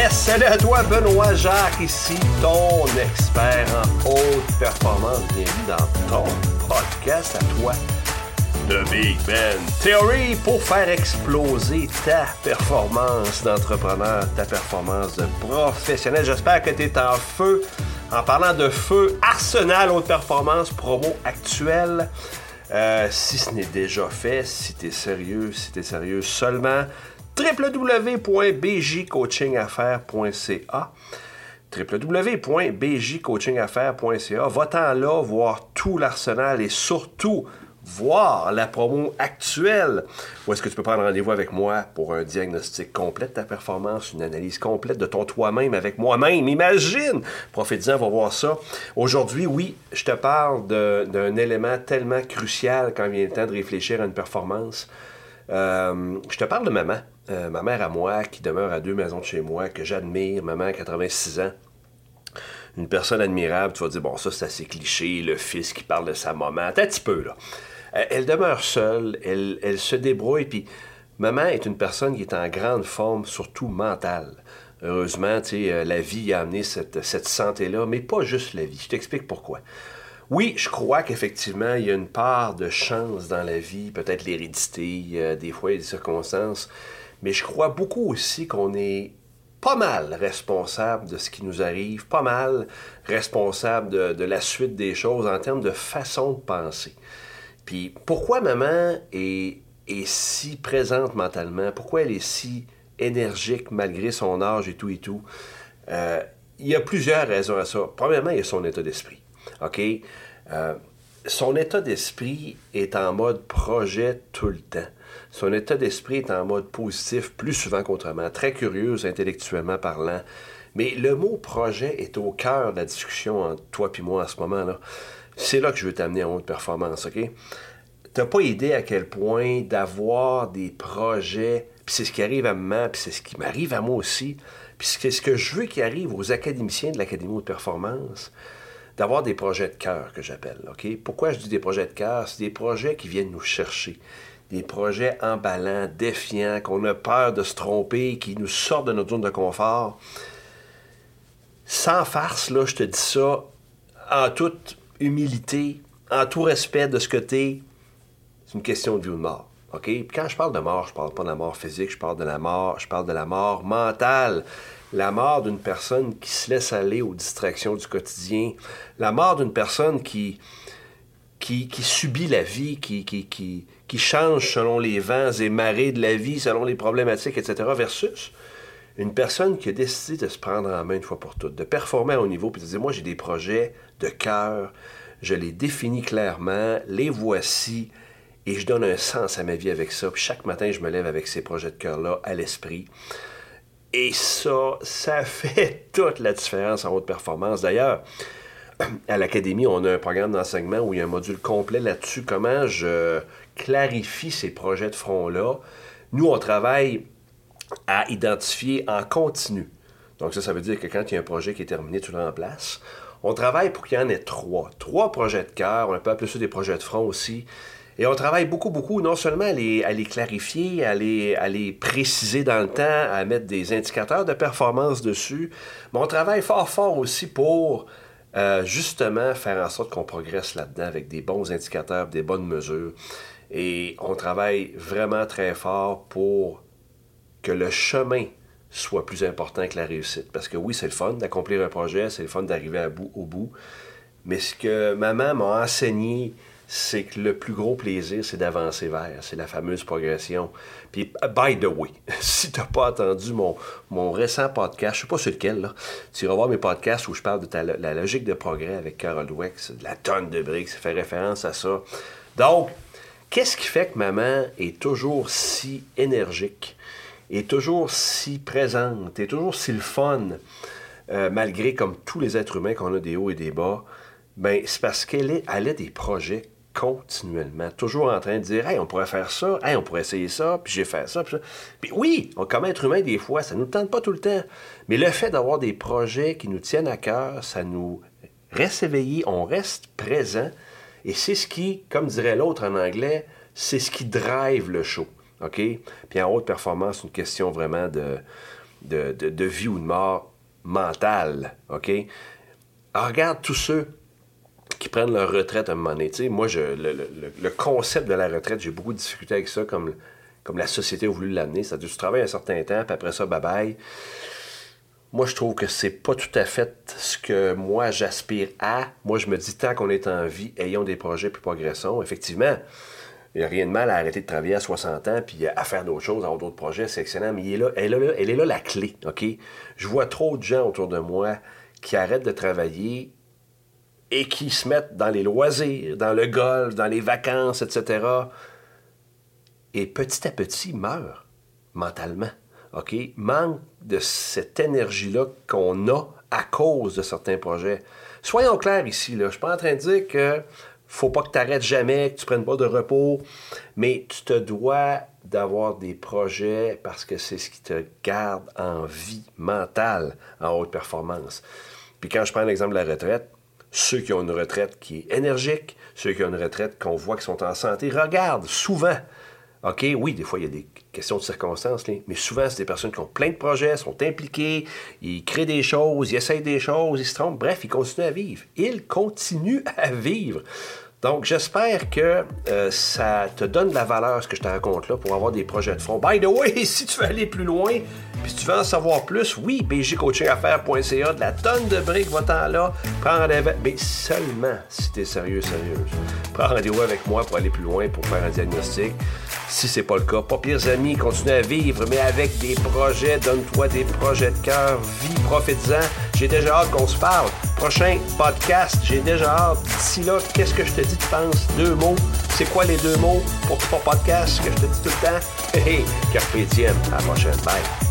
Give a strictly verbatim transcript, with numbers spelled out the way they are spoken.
Yes! Salut à toi, Benoît Jacques, ici, ton expert en haute performance. Bienvenue dans ton podcast à toi, The Big Ben Theory, pour faire exploser ta performance d'entrepreneur, ta performance de professionnel. J'espère que tu es en feu. En parlant de feu, Arsenal Haute Performance, promo actuelle. Euh, si ce n'est déjà fait, si tu es sérieux, si tu es sérieux seulement, w w w point b j coaching affaires point c a w w w point b j coaching affaires point c a. Va-t'en là, voir tout l'arsenal et surtout voir la promo actuelle. Où est-ce que tu peux prendre rendez-vous avec moi pour un diagnostic complet de ta performance, une analyse complète de ton toi-même avec moi-même. Imagine! Profite-en, va voir ça. Aujourd'hui, oui, je te parle de, d'un élément tellement crucial quand vient le temps de réfléchir à une performance. Euh, je te parle de maman. Euh, ma mère à moi, qui demeure à deux maisons de chez moi, que j'admire, maman à quatre-vingt-six ans. Une personne admirable, tu vas dire, bon, ça c'est assez cliché, le fils qui parle de sa maman, un petit peu, là. Euh, elle demeure seule, elle, elle se débrouille, puis maman est une personne qui est en grande forme, surtout mentale. Heureusement, tu sais, euh, la vie a amené cette, cette santé-là, mais pas juste la vie. Je t'explique pourquoi. Oui, je crois qu'effectivement, il y a une part de chance dans la vie, peut-être l'hérédité, euh, des fois, il y a des circonstances, mais je crois beaucoup aussi qu'on est pas mal responsable de ce qui nous arrive, pas mal responsable de, de la suite des choses en termes de façon de penser. Puis pourquoi maman est, est si présente mentalement, pourquoi elle est si énergique malgré son âge et tout et tout, euh, il y a plusieurs raisons à ça. Premièrement, il y a son état d'esprit. OK? Euh, son état d'esprit est en mode projet tout le temps. Son état d'esprit est en mode positif plus souvent qu'autrement, très curieuse intellectuellement parlant. Mais le mot projet est au cœur de la discussion entre toi et moi à ce moment-là. C'est là que je veux t'amener en haute performance, OK? T'as pas idée à quel point d'avoir des projets, puis c'est ce qui arrive à maman, puis c'est ce qui m'arrive à moi aussi, puis c'est ce que je veux qui arrive aux académiciens de l'Académie Haute Performance, d'avoir des projets de cœur que j'appelle, OK? Pourquoi je dis des projets de cœur? C'est des projets qui viennent nous chercher. Des projets emballants, défiants, qu'on a peur de se tromper, qui nous sortent de notre zone de confort. Sans farce, là, je te dis ça en toute humilité, en tout respect de ce que t'es. C'est une question de vie ou de mort. OK? Puis quand je parle de mort, je parle pas de la mort physique, je parle de la mort, je parle de la mort mentale. La mort d'une personne qui se laisse aller aux distractions du quotidien. La mort d'une personne qui, qui, qui subit la vie, qui, qui, qui, qui change selon les vents et marées de la vie, selon les problématiques, et cetera, versus une personne qui a décidé de se prendre en main une fois pour toutes, de performer à haut niveau, puis de dire, moi, j'ai des projets de cœur, je les définis clairement, les voici, et je donne un sens à ma vie avec ça. Puis chaque matin, je me lève avec ces projets de cœur-là à l'esprit. Et ça, ça fait toute la différence en haute performance. D'ailleurs, à l'Académie, on a un programme d'enseignement où il y a un module complet là-dessus, comment je clarifie ces projets de front-là. Nous, on travaille à identifier en continu. Donc ça, ça veut dire que quand il y a un projet qui est terminé, tu le remplaces. On travaille pour qu'il y en ait trois. Trois projets de cœur, on peut appeler ça des projets de front aussi. Et on travaille beaucoup, beaucoup, non seulement à les, à les clarifier, à les, à les préciser dans le temps, à mettre des indicateurs de performance dessus, mais on travaille fort, fort aussi pour euh, justement faire en sorte qu'on progresse là-dedans avec des bons indicateurs, des bonnes mesures. Et on travaille vraiment très fort pour que le chemin soit plus important que la réussite. Parce que oui, c'est le fun d'accomplir un projet, c'est le fun d'arriver à bout, au bout, mais ce que maman m'a enseigné, c'est que le plus gros plaisir, c'est d'avancer vers. C'est la fameuse progression. Puis, by the way, si tu n'as pas entendu mon, mon récent podcast, je ne sais pas sur lequel, là, tu iras voir mes podcasts où je parle de ta, la logique de progrès avec Carol Dweck, de la tonne de briques, ça fait référence à ça. Donc, qu'est-ce qui fait que maman est toujours si énergique, est toujours si présente, est toujours si le fun, euh, malgré, comme tous les êtres humains, qu'on a des hauts et des bas? Ben, c'est parce qu'elle est, elle a des projets continuellement, toujours en train de dire « Hey, on pourrait faire ça, hey, on pourrait essayer ça, puis j'ai fait ça, puis ça. » Puis oui, on, comme être humain, des fois, ça ne nous tente pas tout le temps. Mais le fait d'avoir des projets qui nous tiennent à cœur, ça nous reste éveillés, on reste présent. Et c'est ce qui, comme dirait l'autre en anglais, c'est ce qui drive le show. OK? Puis en haute performance, c'est une question vraiment de, de, de, de vie ou de mort mentale, OK? Alors, regarde tous ceux qui prennent leur retraite à un moment donné. Tu sais, moi, je, le, le, le concept de la retraite, j'ai beaucoup discuté avec ça, comme, comme la société a voulu l'amener. C'est-à-dire que tu travailles un certain temps, puis après ça, bye-bye. Moi, je trouve que c'est pas tout à fait ce que moi, j'aspire à. Moi, je me dis, tant qu'on est en vie, ayons des projets puis progressons. Effectivement, il n'y a rien de mal à arrêter de travailler à soixante ans puis à faire d'autres choses, à avoir d'autres projets, c'est excellent. Mais il est là, elle, est là, elle est là la clé, OK? Je vois trop de gens autour de moi qui arrêtent de travailler et qui se mettent dans les loisirs, dans le golf, dans les vacances, et cetera. Et petit à petit, meurent mentalement. OK? Manque de cette énergie-là qu'on a à cause de certains projets. Soyons clairs ici, là. Je suis pas en train de dire que faut pas que tu arrêtes jamais, que tu prennes pas de repos, mais tu te dois d'avoir des projets parce que c'est ce qui te garde en vie mentale, en haute performance. Puis quand je prends l'exemple de la retraite, ceux qui ont une retraite qui est énergique, ceux qui ont une retraite qu'on voit qui sont en santé, regarde, souvent, OK, oui, des fois, il y a des questions de circonstances, là, mais souvent, c'est des personnes qui ont plein de projets, sont impliquées, ils créent des choses, ils essayent des choses, ils se trompent, bref, ils continuent à vivre. Ils continuent à vivre. Donc, j'espère que euh, ça te donne de la valeur, ce que je te raconte là, pour avoir des projets de fond. By the way, si tu veux aller plus loin, puis si tu veux en savoir plus, oui, b j coaching affaires point c a, de la tonne de briques, va-t'en là, prends rendez-vous, mais seulement si tu es sérieux, sérieuse. Prends rendez-vous avec moi pour aller plus loin, pour faire un diagnostic. Si c'est pas le cas, pas pires amis, continue à vivre, mais avec des projets, donne-toi des projets de cœur, vis, profites-en. J'ai déjà hâte qu'on se parle. Prochain podcast, j'ai déjà hâte. D'ici là, qu'est-ce que je te dis, tu penses? Deux mots. C'est quoi les deux mots pour ton podcast que je te dis tout le temps? Hey, hey, carpe diem. À la prochaine. Bye.